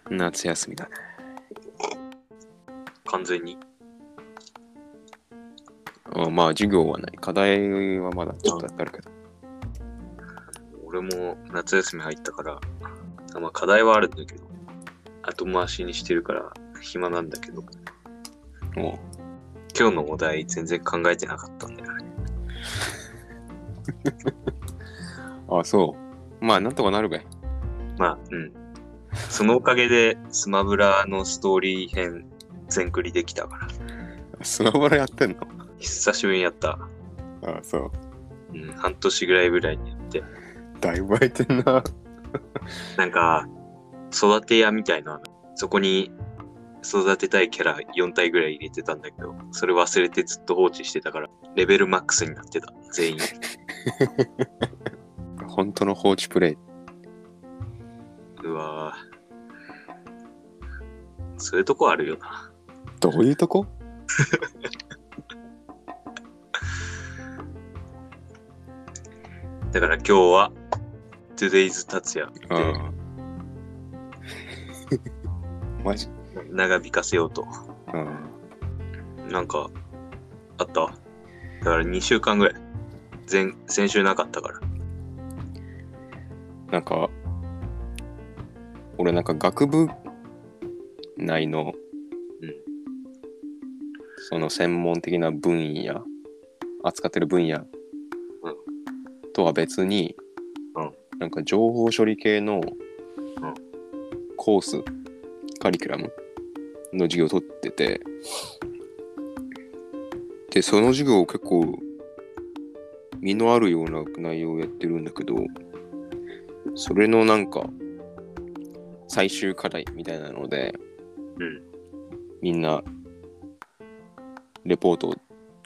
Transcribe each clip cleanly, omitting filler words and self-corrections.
夏休みだね。 完全に。 まあ授業はない。課題はまだちょっとあるけど。 俺も夏休み入ったから、まあ課題はあるんだけど、後回しにしてるから暇なんだけど、 おう今日のお題全然考えてなかったんだよね。 あ、そう。まあなんとかなるべ。 まあ、うん。そのおかげでスマブラのストーリー編全クリできたから。 スマブラやってんの？ 久しぶりにやった。 あ、そう。 うん、半年ぐらいにやって。 だいぶ空いてんな。 なんか、育て屋みたいな、そこに育てたいキャラ4体ぐらい入れてたんだけど、それ忘れてずっと放置してたから、レベルマックスになってた、全員。 本当の放置プレイ。 うわぁ。そういうとこあるよな。 どういうとこ？ だから今日は、Today's 達也でマジ？ 長引かせようと。なんか、あった？だから2週間ぐらい。先週なかったから。 なんか、俺なんか学部内の、その専門的な分野、扱ってる分野とは別に、なんか情報処理系のコース、カリキュラムの授業を取ってて、で、その授業結構身のあるような内容をやってるんだけど、それのなんか最終課題みたいなので、みんなレポートを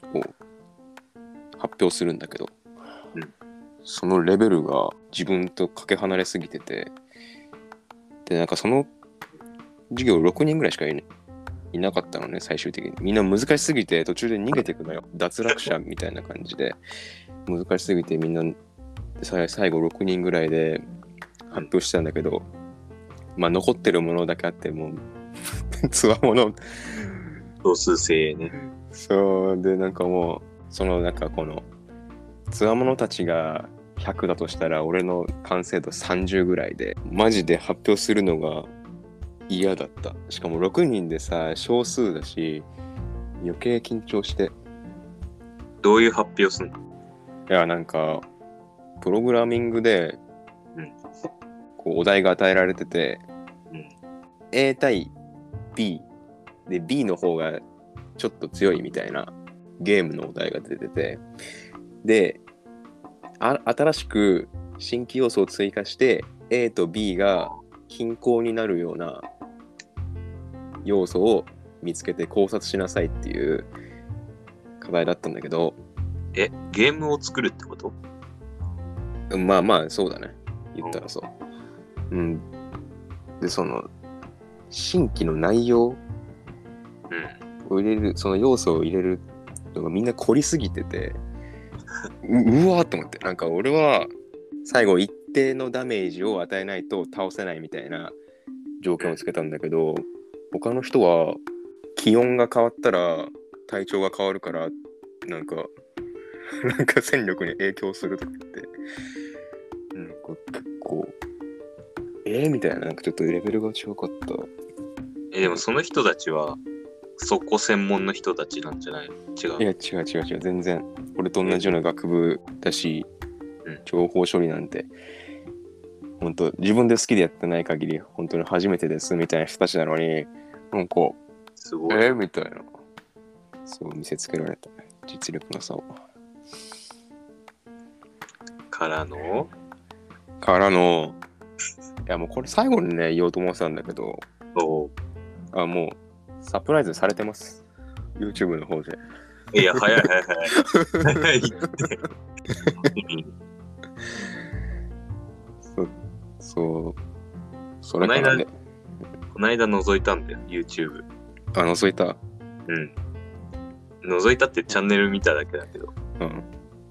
発表するんだけど、そのレベルが自分とかけ離れすぎてて、でなんかその授業6人ぐらいしかいなかったのね、最終的に。みんな難しすぎて途中で逃げてくのよ。脱落者みたいな感じで。難しすぎてみんな最後6人ぐらいで発表したんだけど、まあ残ってるものだけあってもうつわもの同数生ね。 そうで、なんかもうそのなんかこのつわものたちが100だとしたら俺の完成度30ぐらいで、マジで発表するのが嫌だった。しかも6人でさ、少数だし余計緊張して。 どういう発表すんの？ いや、なんかプログラミングで、こうお題が与えられてて、A 対 B で B の方がちょっと強いみたいなゲームのお題が出てて、で新しく新規要素を追加して A と B が均衡になるような要素を見つけて考察しなさいっていう課題だったんだけど。 ゲームを作るってこと？ まあまあそうだね、言ったらそう。でその新規の内容を入れる、その要素を入れるのがみんな凝りすぎててうわーと思って、なんか俺は最後一定のダメージを与えないと倒せないみたいな条件をつけたんだけど、他の人は気温が変わったら体調が変わるからなんか戦力に影響するとか言って、結構みたいな、なんかちょっとレベルが違かった。 でもその人たちはそこ専門の人たちなんじゃないの？違う。 いや違う、全然俺と同じような学部だし、情報処理なんて本当自分で好きでやってない限り本当に初めてですみたいな人たちなのに、なんかすごいみたいな、そう見せつけられた実力の差を。 からのいやもうこれ最後にね言おうと思ってたんだけど、もうサプライズされてます、 YouTube の方で。 いや早い早いってそうそれからね、 こないだ覗いたんだよ YouTube。 覗いた。 覗いたってチャンネル見ただけだけど、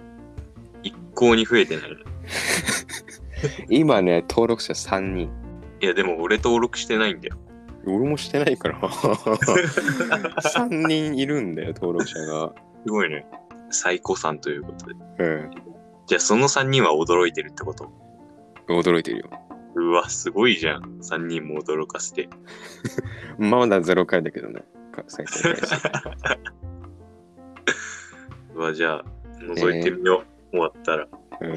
一向に増えてない。 今ね登録者3人。 いや、でも俺登録してないんだよ。 俺もしてないから。3人いるんだよ、登録者が。 すごいね。最古さんということで。 うん。 じゃあその3人は驚いてるってこと？ 驚いてるよ。 うわ、すごいじゃん。3人も驚かせて。 まだ0回だけどね。再生回数。 うわ、じゃあ、覗いてみよう。終わったら。 うん。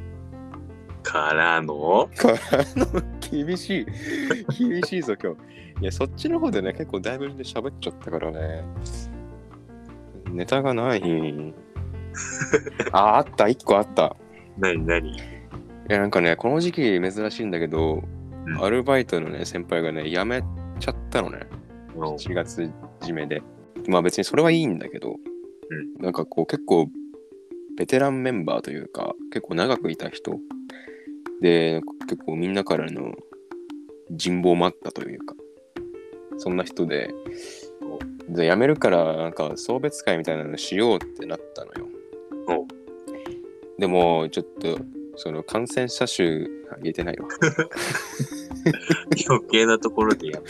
からの厳しいぞ、今日。いや、そっちの方でね、結構だいぶで喋っちゃったからね。ネタがない。あった、1個あった。 何いや、なんかね、この時期珍しいんだけど、 うん、 アルバイトのね、先輩がね、辞めちゃったのね。7月締めで。まあ別にそれはいいんだけど、なんかこう結構ベテランメンバーというか、結構長くいた人で、結構みんなからの人望もあったというか、そんな人で、辞めるからなんか送別会みたいなのしようってなったのよ。でもちょっとその感染者数言えてないわ。 余計なところでやって。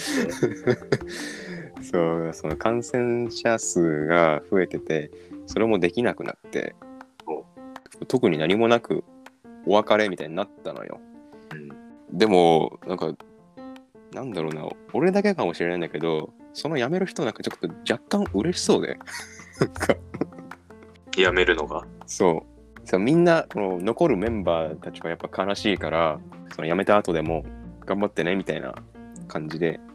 そう、その感染者数が増えてて、それもできなくなって、特に何もなくお別れみたいになったのよ。でもなんかなんだろうな、俺だけかもしれないんだけど、その辞める人なんかちょっと若干嬉しそうで。 辞めるのが？ そうみんなこの残るメンバーたちはやっぱ悲しいから、その辞めた後でも頑張ってねみたいな感じで、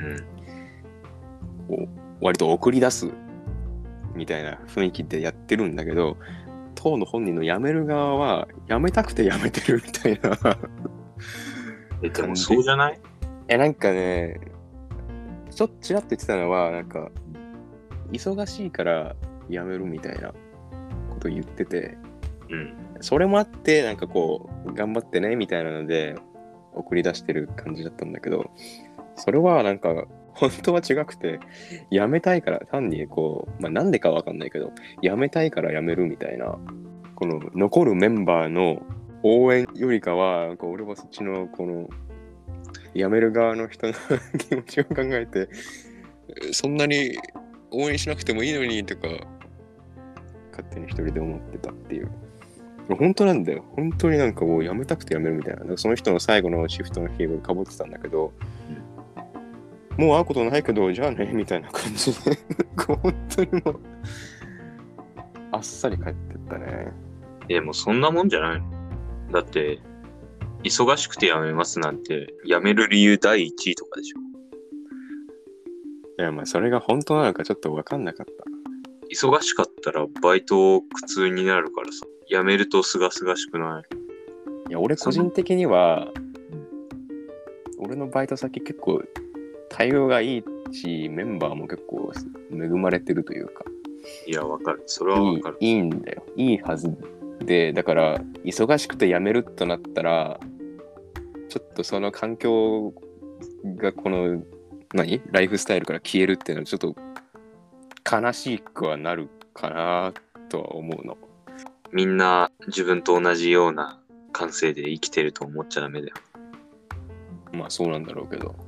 割と送り出すみたいな雰囲気でやってるんだけど、当の本人の辞める側は辞めたくて辞めてるみたいな。 でもそうじゃない？ なんかね、ちょっとちらっと言ってたのは、なんか忙しいから辞めるみたいなことを言ってて、それもあってなんかこう頑張ってねみたいなので送り出してる感じだったんだけど、それはなんか本当は違くて、辞めたいから単にこう、まあなんでかわかんないけど、辞めたいから辞めるみたいな、この残るメンバーの応援よりかは、なんか俺はそっちのこの辞める側の人の気持ちを考えて、そんなに応援しなくてもいいのにとか勝手に一人で思ってたっていう。本当なんだよ。本当になんかもう辞めたくて辞めるみたいな。その人の最後のシフトの日がかぶってたんだけど、もう会うことないけど、じゃあねみたいな感じで本当にもうあっさり帰ってったね。 でもそんなもんじゃないの？だって忙しくて辞めますなんて辞める理由第1位とかでしょ。 いやまあそれが本当なのかちょっと分かんなかった。 忙しかったらバイト苦痛になるからさ、辞めるとすがすがしくない？ いや俺個人的には俺のバイト先結構対応がいいし、メンバーも結構恵まれてるというか。 いや、わかる。それはわかる。 いいんだよ。いいはずで、だから、忙しくて辞めるとなったら、ちょっとその環境がこの、ライフスタイルから消えるっていうのはちょっと悲しくはなるかなとは思うの。 みんな自分と同じような感性で生きてると思っちゃダメだよ。 まあそうなんだろうけど。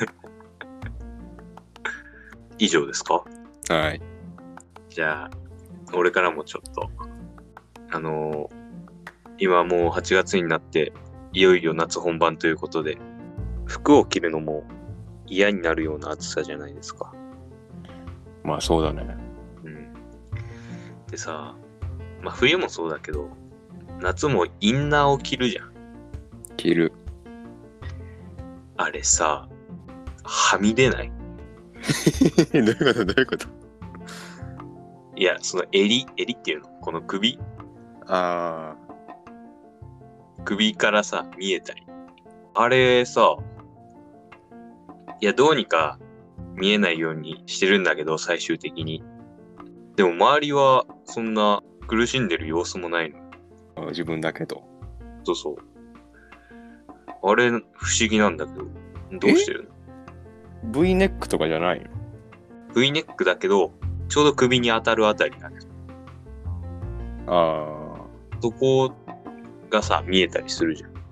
以上ですか？ はい。 じゃあ、俺からもちょっと、今もう8月になって、いよいよ夏本番ということで、服を着るのも嫌になるような暑さじゃないですか。 まあそうだね。 でさ、まあ冬もそうだけど、夏もインナーを着るじゃん。 着る。 あれさ、はみ出ない？ どういうこといや、その襟っていうの？この首からさ、見えたり。あれさ、いや、どうにか見えないようにしてるんだけど、最終的に。でも周りはそんな苦しんでる様子もないの。 自分だけど。 そうそう。あれ、不思議なんだけど、どうしてるの？ V ネックとかじゃないの？ V ネックだけど、ちょうど首に当たるあたりなんです。そこがさ、見えたりするじゃん。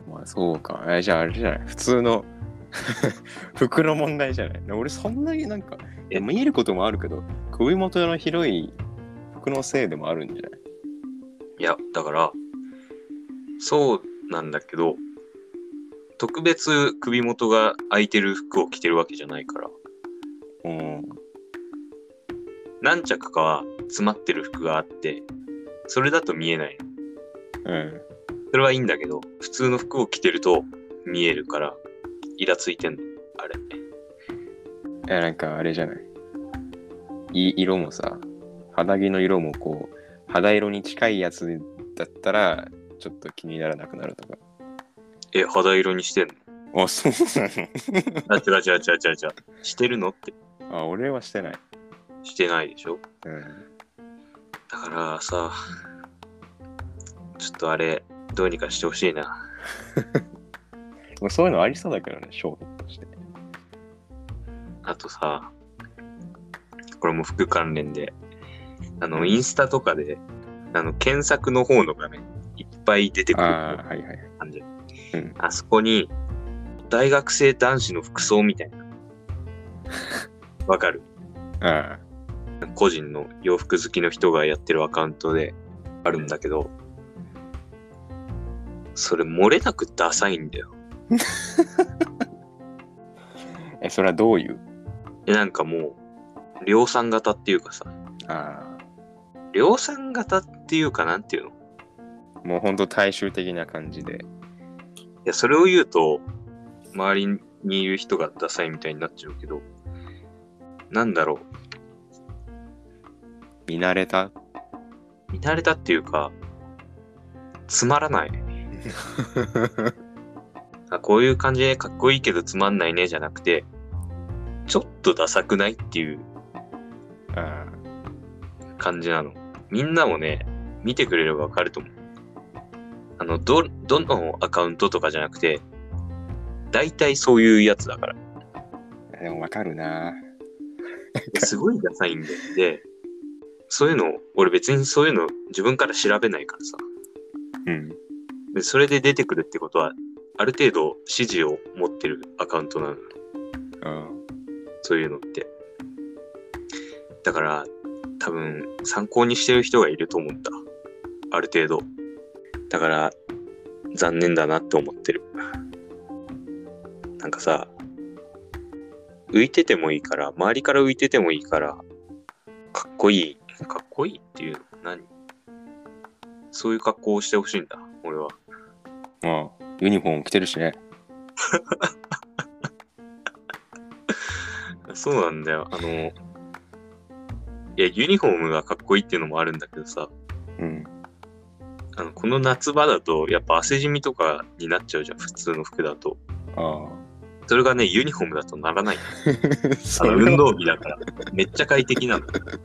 まあそうか。じゃああれじゃない。普通の服の問題じゃない。俺そんなになんか、見えることもあるけど、首元の広い服のせいでもあるんじゃない？ いや、だから、そうなんだけど、特別首元が空いてる服を着てるわけじゃないから、 うん。 何着かは詰まってる服があって、それだと見えない。 うん。 それはいいんだけど、普通の服を着てると見えるから、イラついてんの、あれ。 なんかあれじゃない。色もさ、肌着の色もこう、肌色に近いやつだったら、ちょっと気にならなくなるとか。 肌色にしてんの？ あ、そうなの？ 違う。してるのって。 俺はしてない。 してないでしょ？ うん。 だからさ、ちょっとあれ、どうにかしてほしいな。 そういうのありそうだけどね、商品として。 あとさ、これも服関連で、インスタとかで、検索の方の画面、いっぱい出てくる感じ。 うん、 あそこに、大学生男子の服装みたいな。わかる？個人の洋服好きの人がやってるアカウントであるんだけど、それ漏れなくダサいんだよ。 それはどういう？ なんかもう、量産型っていうかさ、量産型っていうかなんていうの？ もうほんと大衆的な感じで。 いや、それを言うと、周りにいる人がダサいみたいになっちゃうけど、なんだろう。 見慣れたっていうか、つまらない。こういう感じでかっこいいけどつまんないねじゃなくて、ちょっとダサくないっていう感じなの。みんなもね、見てくれればわかると思う。どのアカウントとかじゃなくて、大体そういうやつだから。 でもわかるな。 すごいダサいんだよ。で、そういうの、俺別にそういうの自分から調べないからさ。 うん。 でそれで出てくるってことは、ある程度支持を持ってるアカウントなの。そういうのって。だから、多分参考にしてる人がいると思った。ある程度。だから、残念だなって思ってる。なんかさ、浮いててもいいから、周りから浮いててもいいから、かっこいいっていうの何？そういう格好をしてほしいんだ、俺は。 ユニフォーム着てるしね。 そうなんだよ。いや、ユニフォームがかっこいいっていうのもあるんだけどさ、 うん。 この夏場だと、やっぱ汗じみとかになっちゃうじゃん、普通の服だと。それがね、ユニフォームだとならない。運動着だから、めっちゃ快適な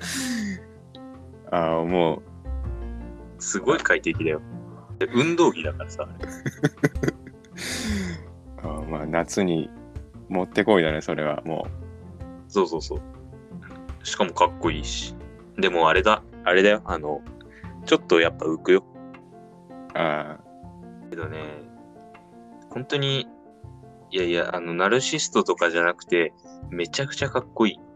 の。 もう。 すごい快適だよ。で運動着だからさ。 まあ、夏にもってこいだね、それはもう。そう。しかもかっこいいし。でもあれだよ。ちょっとやっぱ浮くよ。けどね、本当に、いや、ナルシストとかじゃなくて、めちゃくちゃかっこいい。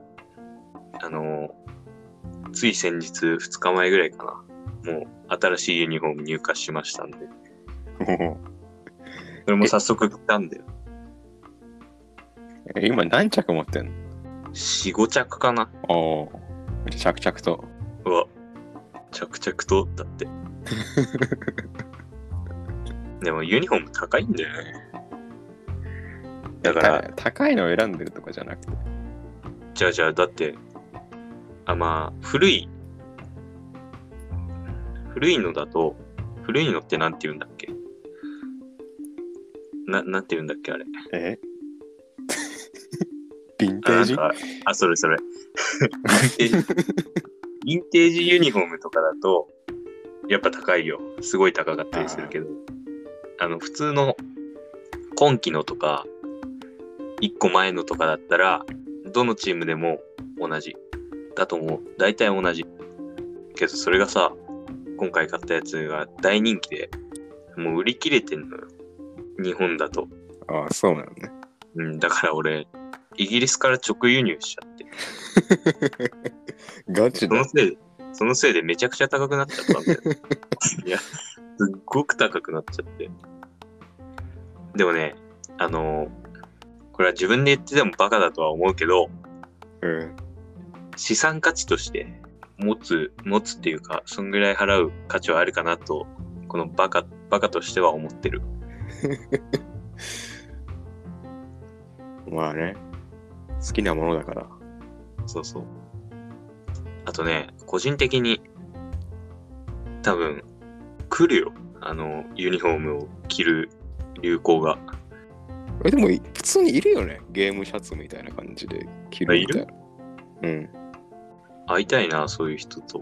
つい先日、2日前ぐらいかな。もう、新しいユニフォーム入荷しましたんで。それも早速来たんだよ。 今何着持ってんの ？4、5着かな。 着々と。 うわ、着々とだって。でもユニフォーム高いんだよね。だから高いのを選んでるとかじゃなくて。 じゃあだってまあ古いのだと、古いのってなんて言うんだっけ？なんて言うんだっけあれ。 ヴィンテージ？ それ。ヴィンテージユニフォームとかだと、やっぱ高いよ。すごい高かったりするけど。普通の今季のとか、1個前のとかだったら、どのチームでも同じ。だと思う。大体同じ。けどそれがさ、今回買ったやつが大人気で、もう売り切れてんのよ。 日本だと。 ああ、そうなのね。 うん、だから俺、イギリスから直輸入しちゃって。 ガチだ。 そのせいでめちゃくちゃ高くなっちゃったんだよ。いや、すっごく高くなっちゃって。でもね、これは自分で言っててもバカだとは思うけど、 うん。 資産価値として持つっていうか、そんぐらい払う価値はあるかなと、このバカとしては思ってる。 まあね、好きなものだから。 そうそう。あとね、個人的に多分来るよ。ユニフォームを着る流行が。 でも普通にいるよね。ゲームシャツみたいな感じで着るみたいな。うん。 会いたいな、そういう人と。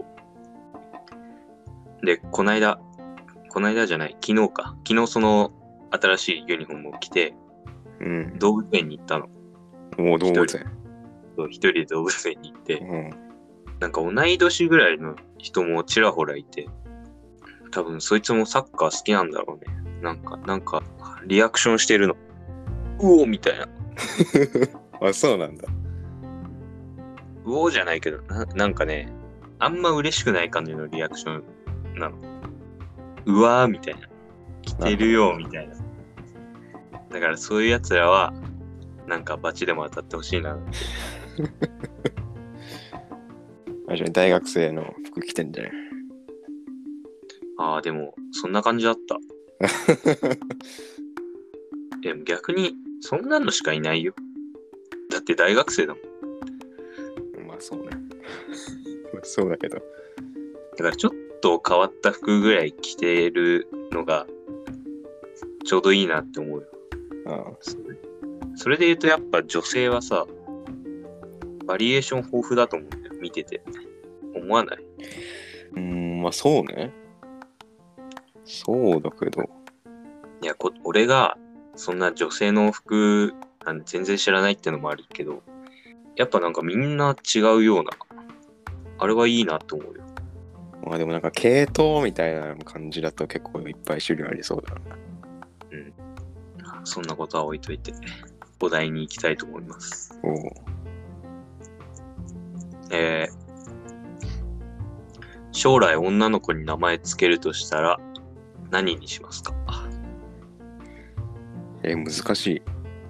で、こないだじゃない、昨日その新しいユニフォームを着て、 うん。 動物園に行ったの。 もう動物園。 一人で動物園に行って、 うん。 なんか同い年ぐらいの人もちらほらいて、多分そいつもサッカー好きなんだろうね。なんか、リアクションしてるの。うおみたいな。 あ、そうなんだ。 うおじゃないけど、なんかね、あんま嬉しくない感じのリアクションなの。うわーみたいな。着てるよみたいな。だからそういうやつらは、なんかバチでも当たってほしいな。 大学生の服着てんじゃない？ ああ、でも、そんな感じだった。でも逆に、そんなのしかいないよ。だって大学生だもん。 まあそうね。そうだけど。 だからちょっと変わった服ぐらい着てるのが、ちょうどいいなって思うよ。 ああ。 それで言うとやっぱ女性はさ、バリエーション豊富だと思うんだよ。見てて。思わない？ まあそうね。そうだけど。 いや、俺がそんな女性の服全然知らないってのもあるけど、やっぱなんかみんな違うような、あれはいいなって思うよ。 まあでもなんか系統みたいな感じだと結構いっぱい種類ありそうだな。 うん。そんなことは置いといて、お題に行きたいと思います。 おう。 将来女の子に名前つけるとしたら何にしますか？ 難しい。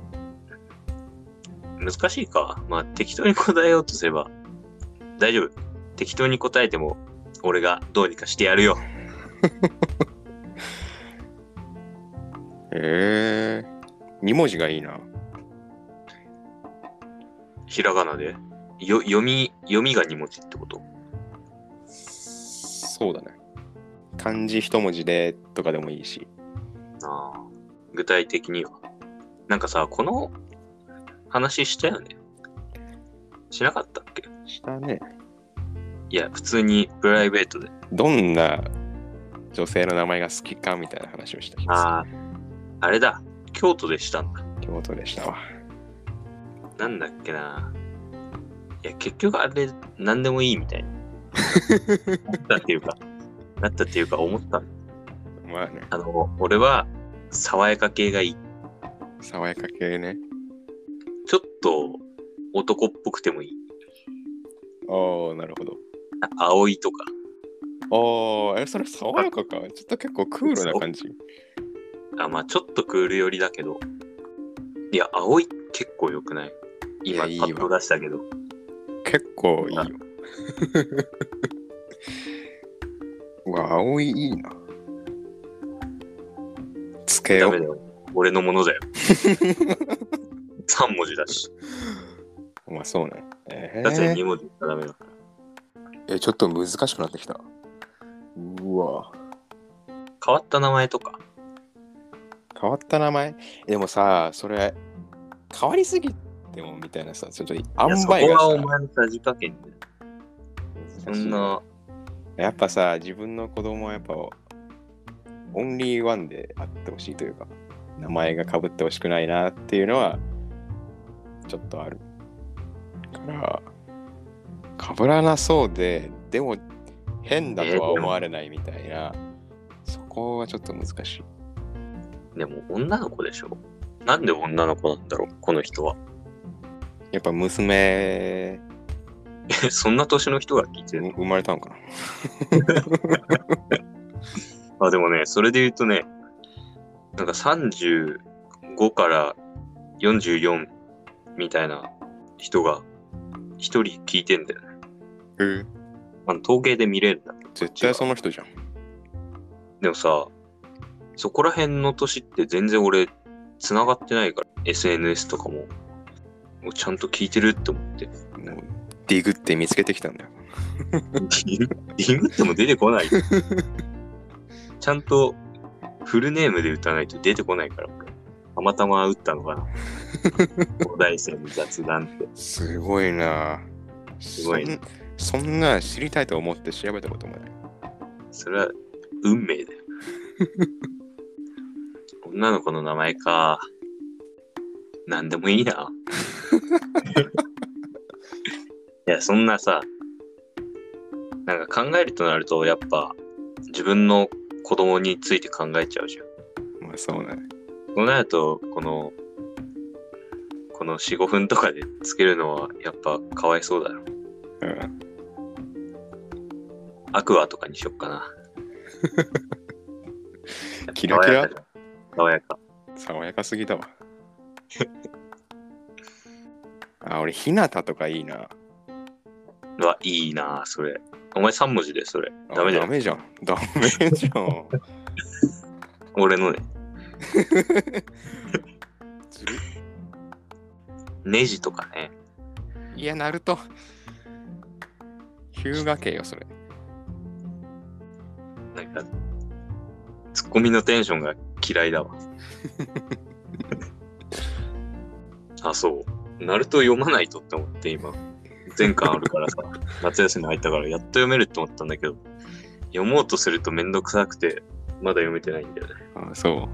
難しいか。まあ適当に答えようとすれば大丈夫。適当に答えても俺がどうにかしてやるよ。 2文字がいいな。 ひらがなで読みが2文字ってこと？ そうだね。漢字1文字でとかでもいいし。 ああ、具体的には。なんかさ、この話したよね。しなかったっけ？ したね。 いや、普通にプライベートで。 どんな女性の名前が好きかみたいな話をした気がする。 ああ、あれだ。京都でしたんだ。 京都でしたわ。 なんだっけな。いや、結局あれ、なんでもいいみたいな。なったっていうか思ったの。 まあね。 俺は、爽やか系がいい。 爽やか系ね。 ちょっと、男っぽくてもいい。 ああ、なるほど。 葵とか。 ああ、それ爽やかか。ちょっと結構クールな感じ。 まあちょっとクール寄りだけど。いや、葵結構良くない？今、パッと出したけど。 結構いいよ。うわ、葵いいな。つけよう。 ダメだよ。俺のものだよ。3文字だし。 まあそうね。 だって2文字はダメだから。 ちょっと難しくなってきた。うわ。 変わった名前とか。 変わった名前？でもさ、それ、変わりすぎてもみたいなさ、ちょっと塩梅がさ。 そこはお前のさじ加減で。そんな。 やっぱさ、自分の子供はやっぱ、オンリーワンであってほしいというか、名前が被ってほしくないなっていうのは、ちょっとある。から、被らなそうで、でも変だとは思われないみたいな、そこはちょっと難しい。 でも女の子でしょ。なんで女の子なんだろう、この人は。 やっぱ娘そんな年の人が聞いてるの？ 生まれたのかな。 あ、でもね、それで言うとね、なんか35から44みたいな人が一人聞いてんだよね。統計で見れるんだけど。 絶対その人じゃん。 でもさ、そこら辺の年って全然俺繋がってないから、SNS とかもちゃんと聞いてるって思って。 もうディグって見つけてきたんだよ。 ディグっても出てこない。ちゃんとフルネームで打たないと出てこないから、たまたま打ったのかな。東大生の雑談って。 すごいな。 すごいね。 そんな知りたいと思って調べたこともない。 それは運命だよ。女の子の名前か。なんでもいいな。いや、そんなさ、なんか考えるとなると、やっぱ自分の子供について考えちゃうじゃん。 まあそうね。 そうなると、この4、5分とかでつけるのはやっぱかわいそうだろ。 うん。 アクアとかにしよっかな。 キラキラ？ 爽やか。 爽やかすぎだわ。あ、俺、ひなたとかいいな。 いいなそれ。お前3文字でそれ。ダメだよ。 ダメじゃん。ダメじゃん。 俺のね。ネジとかね。 いや、ナルト。ヒューガ系よ、それ。 なんか、ツッコミのテンションが嫌いだわ。あ、そう。ナルト読まないとって思って今。全巻あるからさ、夏休み入ったからやっと読めるって思ったんだけど、読もうとするとめんどくさくて、まだ読めてないんだよね。 あ、そう。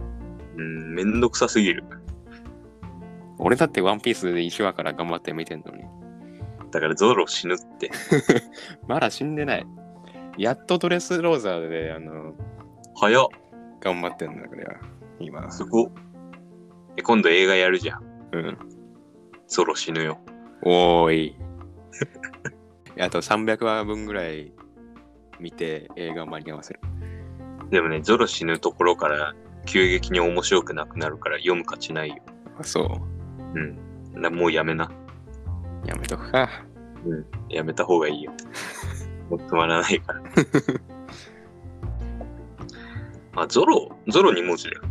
めんどくさすぎる。 俺だってワンピースで1話から頑張って見てんのに。 だからゾロ死ぬって。 まだ死んでない。やっとドレスローザーで、 早っ。 頑張ってんだから、今。 すごっ。今度映画やるじゃん。 うん。 ゾロ死ぬよ。 おーい。あと300話分ぐらい見て映画間に合わせる。 でもね、ゾロ死ぬところから急激に面白くなくなるから読む価値ないよ。 あ、そう。 うん。もうやめな。 やめとくか。 うん。やめた方がいいよ。もうつまらないから。あ、ゾロ2文字だよ。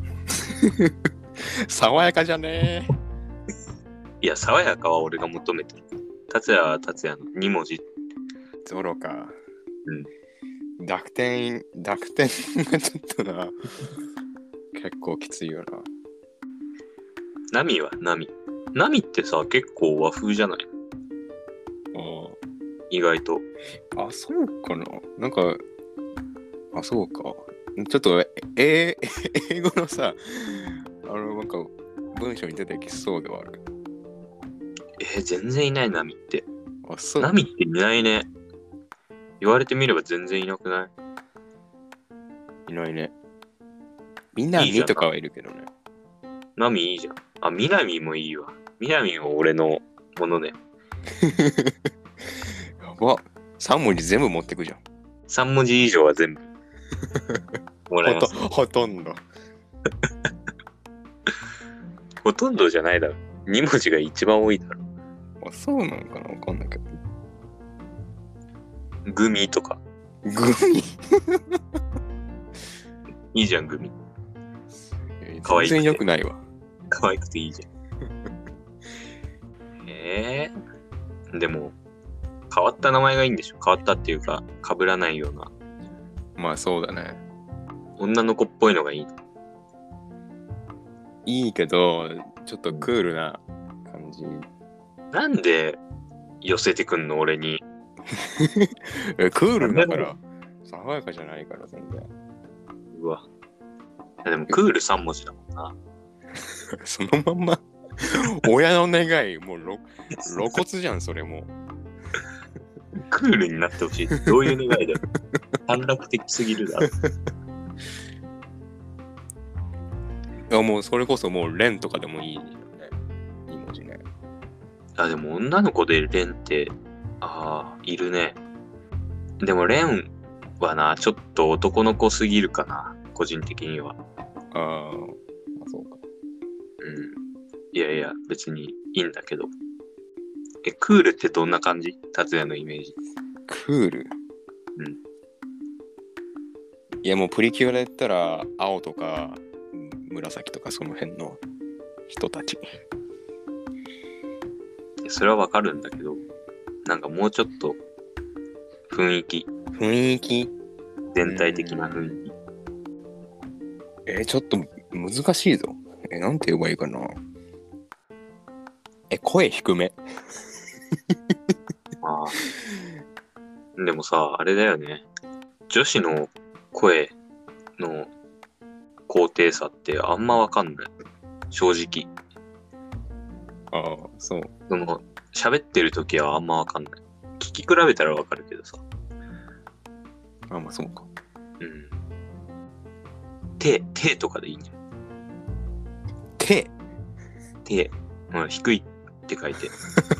爽やかじゃねえ。 いや、爽やかは俺が求めてる。達也は達也の2文字。 ゾロか。 うん。 濁点がちょっとな。結構きついよな。 ナミはナミ。ナミってさ、結構和風じゃない？意外と。 あ、そうかな。なんか、あ、そうか。ちょっと、英語のさ、なんか、文章に出てきそうではある。 全然いない、ナミって。 あ、そう。 ナミっていないね。言われてみれば全然いなくない？ いないね。みなみとかはいるけどね。 ナミいいじゃん。あ、みなみもいいわ。みなみも俺のものね。 やば。3文字全部持ってくじゃん。 3文字以上は全部。もらいます。 ほとんど。 ほとんどじゃないだろ。2文字が一番多いだろ。 あ、そうなのかな、わかんないけど。 グミとか。 グミいいじゃん、グミ。かわいい。 全然良くないわ。 可愛くていいじゃん。でも、変わった名前がいいんでしょ？変わったっていうか、被らないような。 まあそうだね。 女の子っぽいのがいいの。 いいけど、ちょっとクールな感じ。 なんで寄せてくんの俺に。 クールだから。爽やかじゃないから全然。 うわ。でもクール3文字だもんな。 そのまんま親の願い、もう露骨じゃん、それも。 クールになってほしい。どういう願いだよ。短絡的すぎるだろ。 いやもうそれこそもうレンとかでもいいよね。2文字ね。 あ、でも女の子でレンって、いるね。でもレンはな、ちょっと男の子すぎるかな、個人的には。 ああ、そうか。 うん。いやいや、別にいいんだけど。クールってどんな感じ？達也のイメージ。 クール。 うん。 いやもうプリキュアで言ったら青とか紫とかその辺の人たち。 それはわかるんだけど、なんかもうちょっと雰囲気、全体的な雰囲気。 ちょっと難しいぞ。なんて言えばいいかな。声低め。 ああ。でもさ、あれだよね。女子の声の高低差ってあんまわかんない。正直。 ああ、そう。 その、喋ってる時はあんまわかんない。聞き比べたらわかるけどさ。 あ、まあそうか。 うん。手とかでいいんじゃん。 手。 低いって書いて。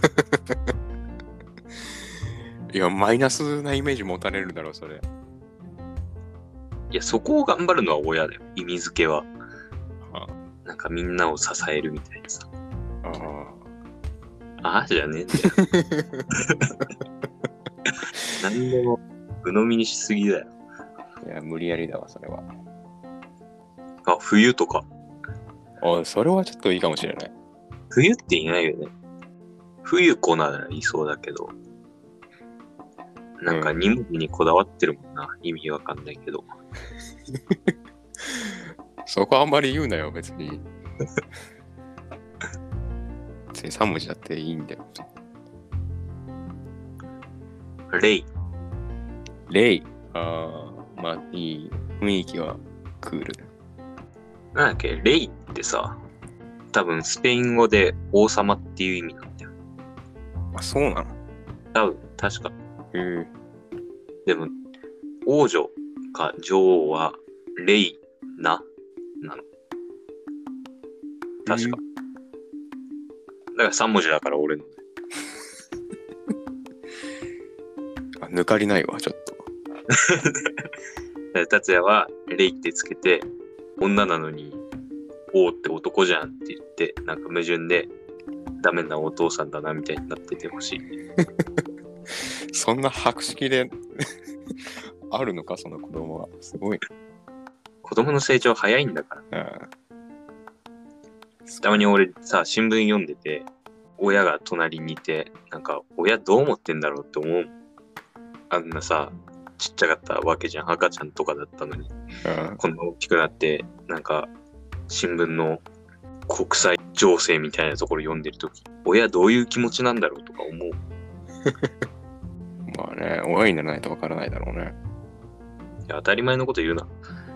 いや、マイナスなイメージ持たれるだろ、それ。 いや、そこを頑張るのは親だよ。意味付けは。 あなんかみんなを支えるみたいなさ。じゃねえんだよ。何でも鵜呑みにしすぎだよ。 いや、無理やりだわ、それは。 冬とか。 それはちょっといいかもしれない。 冬っていないよね。冬子ならいそうだけど。なんか2文字にこだわってるもんな。意味わかんないけど。 そこあんまり言うなよ、別に。3文字だっていいんだよ。 レイ。 まあいい雰囲気はクール。 なんだっけ、レイってさ、多分スペイン語で王様っていう意味なんだよ。 そうなの？ 多分、確か。 へえ。 でも、王女か女王はレイナなの。確か。だから3文字だから俺の。 抜かりないわ、ちょっと。達也はレイってつけて、女なのに王って男じゃんって言って、なんか矛盾でダメなお父さんだなみたいになっててほしい。 そんな博識であるのか、その子供は。すごい。 子供の成長早いんだから。たまに俺さ、新聞読んでて、親が隣にいて、なんか親どう思ってんだろうって思う。あんなさ、ちっちゃかったわけじゃん。赤ちゃんとかだったのに。こんな大きくなって、なんか新聞の国際情勢みたいなところ読んでるとき、親どういう気持ちなんだろうとか思う。 まあね、親にならないとわからないだろうね。 いや、当たり前のこと言うな。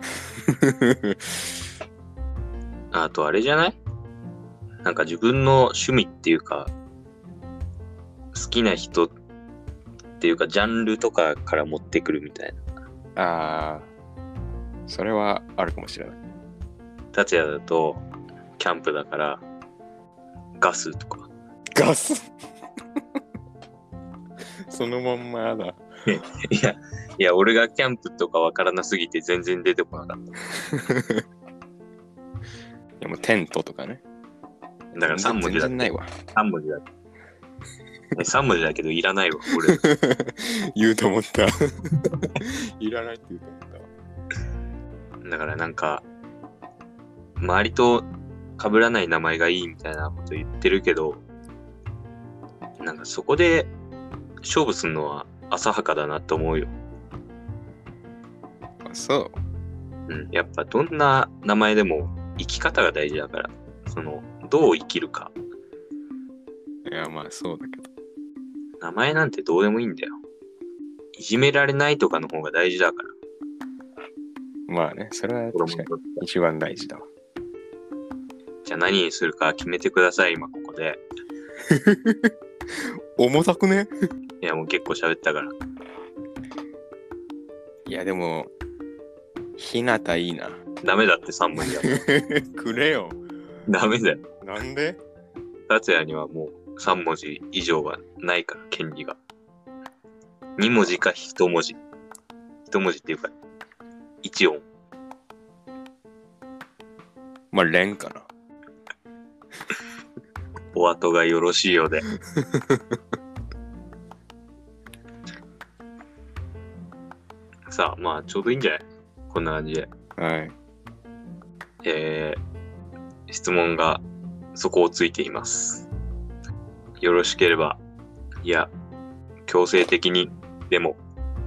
あとあれじゃない？なんか自分の趣味っていうか、好きな人っていうか、ジャンルとかから持ってくるみたいな。それはあるかもしれない。 達也だと、キャンプだから、ガスとか。 ガスそのまんまやだ。 いや、俺がキャンプとかわからなすぎて全然出てこなかった。 いやもうテントとかね。 だから3文字だって。 全然ないわ。 3文字だって。3文字だけどいらないわ、俺。 言うと思った。いらないって言うと思った。 だからなんか、周りと被らない名前がいいみたいなこと言ってるけど、なんかそこで勝負するのは浅はかだなと思うよ。 そう。 やっぱどんな名前でも生き方が大事だから、どう生きるか。 いや、まあそうだけど。 名前なんてどうでもいいんだよ。いじめられないとかの方が大事だから。 まあね、それは確かに一番大事だわ。 じゃあ何にするか決めてください、今ここで。 重たくね？ いや、もう結構喋ったから。 いや、でも、ひなたいいな。 ダメだって3文字だ。 くれよ。 ダメだよ。 なんで？ 達也にはもう3文字以上はないから、権利が。2文字か1文字。1文字っていうか、1音。 まあ、連かな。 お後がよろしいようで。さあ、まあ、ちょうどいいんじゃない？こんな感じで。 はい。 質問が底をついています。よろしければ、いや、強制的にでも、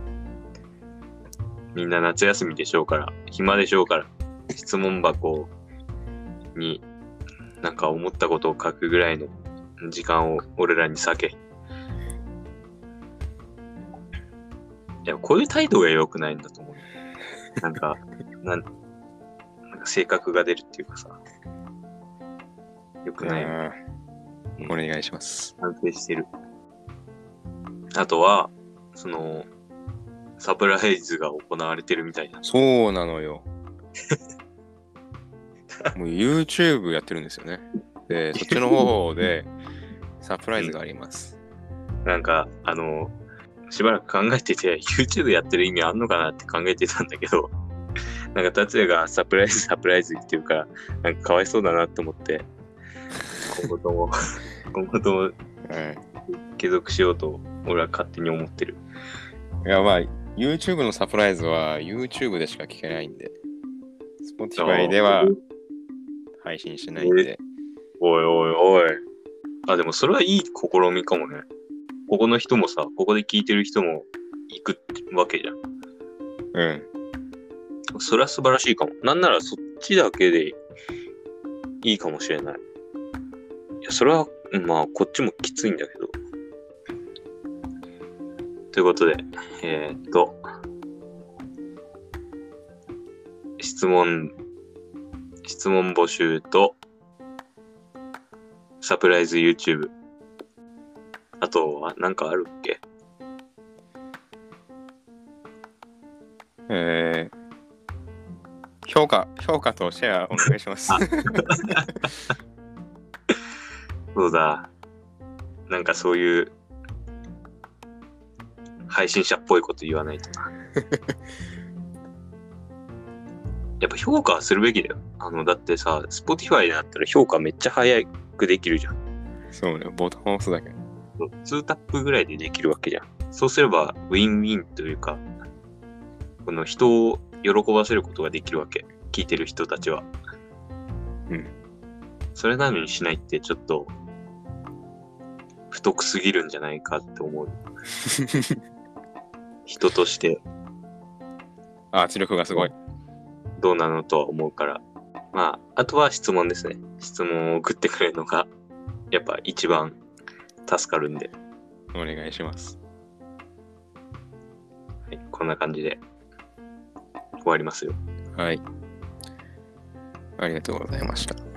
みんな夏休みでしょうから、暇でしょうから、質問箱になんか思ったことを書くぐらいの時間を俺らに避け。いや、こういう態度が良くないんだと思う。なんか性格が出るっていうかさ、良くない。 お願いします。 反省してる。あとは、サプライズが行われてるみたいな。 そうなのよ。もう YouTube やってるんですよね。で、そっちの方でサプライズがあります。 なんか、しばらく考えてて、YouTube やってる意味あんのかなって考えてたんだけど、なんか達也がサプライズ言ってるから、なんかかわいそうだなって思って、今後とも継続しようと俺は勝手に思ってる。 いや、まあ YouTube のサプライズは YouTube でしか聞けないんで、Spotify では配信しないんで。 おいおいおい。あ、でもそれはいい試みかもね。ここの人もさ、ここで聞いてる人も行くわけじゃん。 うん。 それは素晴らしいかも。なんならそっちだけでいいかもしれない。いや、それは、まあ、こっちもきついんだけど。ということで、質問募集と、サプライズ YouTube。あとは、なんかあるっけ？ 評価とシェアお願いします。 そうだ。なんかそういう配信者っぽいこと言わないとな。やっぱ評価はするべきだよ。だってさ、Spotify だったら評価めっちゃ早くできるじゃん。 そうね、ボタン押すだけ。 2タップぐらいでできるわけじゃん。そうすればウィンウィンというか、この人を喜ばせることができるわけ。聞いてる人たちは。 うん。 それなのにしないってちょっと太くすぎるんじゃないかって思う。人として圧力がすごい。 どうなのとは思うから。まあ、あとは質問ですね。質問を送ってくれるのがやっぱ一番助かるんで。 お願いします。 はい、こんな感じで終わりますよ。 はい。ありがとうございました。